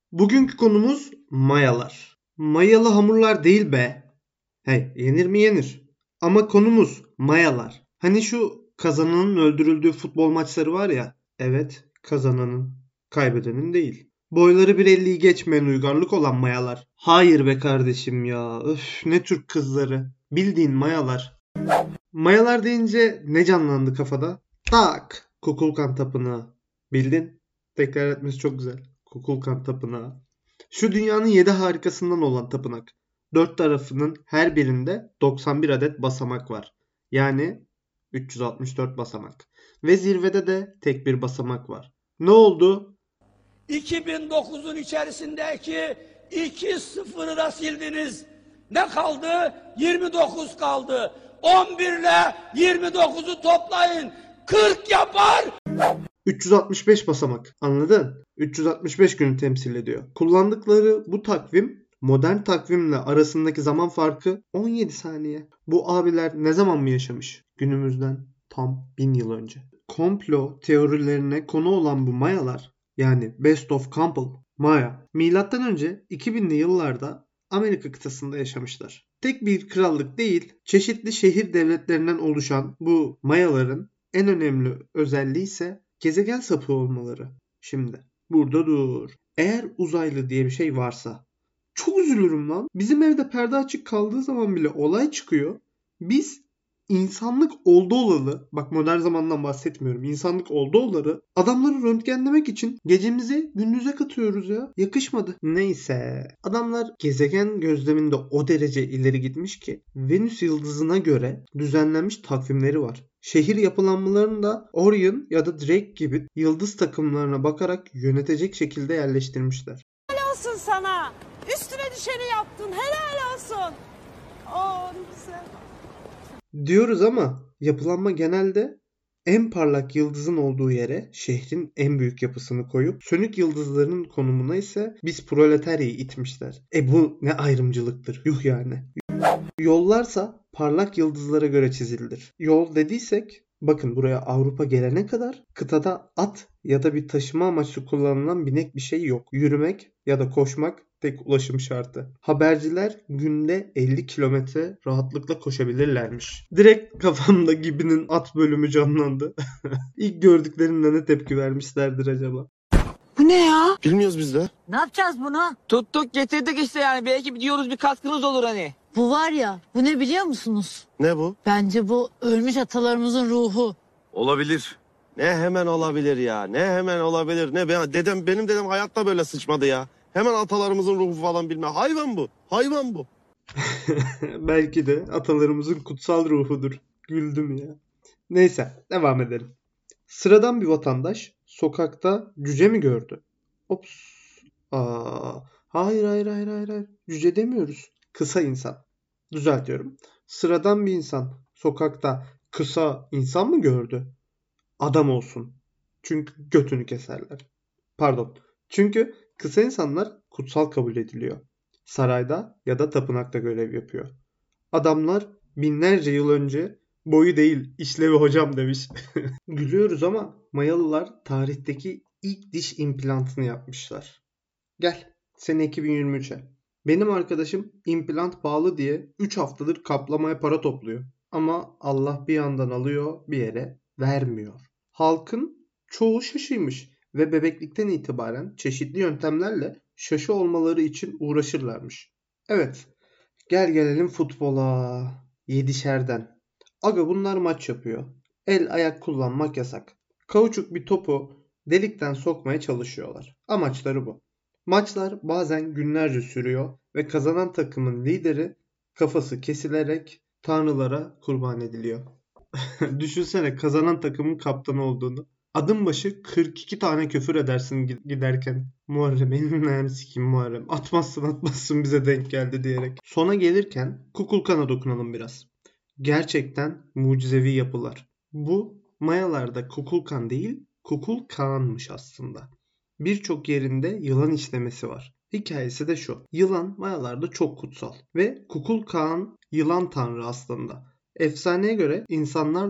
Bugünkü konumuz mayalar. Mayalı hamurlar değil be. Hey, yenir mi yenir. Ama konumuz mayalar. Hani şu kazananın öldürüldüğü futbol maçları var ya. Evet, kazananın, kaybedenin değil. Boyları 1.50'yi geçmeyen uygarlık olan mayalar. Hayır be kardeşim ya. Öf, ne Türk kızları. Bildiğin mayalar. Mayalar deyince ne canlandı kafada? Tak! Kukulkan Tapınağı. Bildin? Tekrar etmesi çok güzel. Kukulkan Tapınağı. Şu dünyanın 7 harikasından olan tapınak. Dört tarafının her birinde 91 adet basamak var. Yani 364 basamak. Ve zirvede de tek bir basamak var. Ne oldu? 2009'un içerisindeki 2-0'ı da sildiniz. Ne kaldı? 29 kaldı. 11 ile 29'u toplayın. 40 yapar. 365 basamak. Anladın? 365 günü temsil ediyor. Kullandıkları bu takvim modern takvimle arasındaki zaman farkı 17 saniye. Bu abiler ne zaman mı yaşamış? Günümüzden tam 1000 yıl önce. Komplo teorilerine konu olan bu Mayalar, yani Best of Campbell, Maya, milattan önce 2000'li yıllarda Amerika kıtasında yaşamışlar. Tek bir krallık değil, çeşitli şehir devletlerinden oluşan bu Mayaların en önemli özelliği ise gezegen sapı olmaları. Şimdi burada dur. Eğer uzaylı diye bir şey varsa çok üzülürüm lan. Bizim evde perde açık kaldığı zaman bile olay çıkıyor. Biz insanlık oldu olalı, bak modern zamandan bahsetmiyorum. İnsanlık oldu olalı adamları röntgenlemek için gecemizi gündüze katıyoruz ya. Yakışmadı. Neyse. Adamlar gezegen gözleminde o derece ileri gitmiş ki Venüs yıldızına göre düzenlenmiş takvimleri var. Şehir yapılanmalarını da Orion ya da Drake gibi yıldız takımlarına bakarak yönetecek şekilde yerleştirmişler. Helal olsun sana. Üstüne düşeni yaptın. Helal olsun. Oo, güzel. Diyoruz ama yapılanma genelde en parlak yıldızın olduğu yere şehrin en büyük yapısını koyup sönük yıldızların konumuna ise biz proletaryayı itmişler. Bu ne ayrımcılıktır. Yuh yani. Yollarsa parlak yıldızlara göre çizilir. Yol dediysek bakın buraya Avrupa gelene kadar kıtada at ya da bir taşıma amaçlı kullanılan binek bir şey yok. Yürümek ya da koşmak tek ulaşım şartı. Haberciler günde 50 kilometre rahatlıkla koşabilirlermiş. Direkt kafamda Gibi'nin at bölümü canlandı. İlk gördüklerinde ne tepki vermişlerdir acaba? Bu ne ya? Bilmiyoruz biz de. Ne yapacağız bunu? Tuttuk getirdik işte yani. Belki diyoruz bir katkınız olur hani. Bu var ya, bu ne biliyor musunuz? Ne bu? Bence bu ölmüş atalarımızın ruhu. Olabilir. Ne hemen olabilir ya. Ne hemen olabilir. Ne benim dedem hayatta böyle sıçmadı ya. Hemen atalarımızın ruhu falan bilme. Hayvan bu. Hayvan bu. Belki de atalarımızın kutsal ruhudur. Güldüm ya. Neyse devam edelim. Sıradan bir vatandaş sokakta cüce mi gördü? Ops. Hayır. Cüce demiyoruz. Kısa insan. Düzeltiyorum. Sıradan bir insan sokakta kısa insan mı gördü? Adam olsun. Çünkü götünü keserler. Pardon. Çünkü kısa insanlar kutsal kabul ediliyor. Sarayda ya da tapınakta görev yapıyor. Adamlar binlerce yıl önce boyu değil işlevi hocam demiş. Gülüyoruz ama Mayalılar tarihteki ilk diş implantını yapmışlar. Gel sene 2023'e. Benim arkadaşım implant pahalı diye 3 haftadır kaplamaya para topluyor. Ama Allah bir yandan alıyor bir yere vermiyor. Halkın çoğu şaşıymış ve bebeklikten itibaren çeşitli yöntemlerle şaşı olmaları için uğraşırlarmış. Evet, gel gelelim futbola. 7'şerden. Aga bunlar maç yapıyor. El ayak kullanmak yasak. Kauçuk bir topu delikten sokmaya çalışıyorlar. Amaçları bu. Maçlar bazen günlerce sürüyor ve kazanan takımın lideri kafası kesilerek tanrılara kurban ediliyor. Düşünsene kazanan takımın kaptanı olduğunu. Adım başı 42 tane küfür edersin giderken. Muharrem elinin ayağını sikeyim Muharrem. Atmazsın bize denk geldi diyerek. Sona gelirken Kukulkan'a dokunalım biraz. Gerçekten mucizevi yapılar. Bu Mayalarda Kukulkan değil Kukulkan'mış aslında. Birçok yerinde yılan işlemesi var. Hikayesi de şu. Yılan Mayalarda çok kutsal ve Kukulkan yılan tanrı aslında. Efsaneye göre insanlarla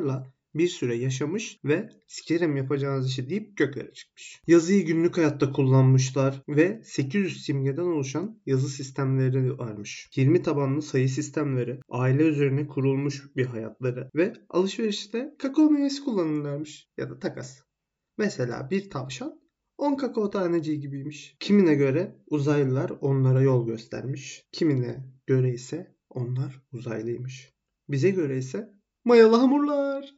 bir süre yaşamış ve sikerim yapacağınız işi deyip göklere çıkmış. Yazıyı günlük hayatta kullanmışlar ve 800 simgeden oluşan yazı sistemleri varmış. 20 tabanlı sayı sistemleri, aile üzerine kurulmuş bir hayatları ve alışverişte kakao meyvesi kullanırlarmış ya da takas. Mesela bir tavşan 10 kakao taneciği gibiymiş. Kimine göre uzaylılar onlara yol göstermiş. Kimine göre ise onlar uzaylıymış. Bize göre ise mayalı hamurlar.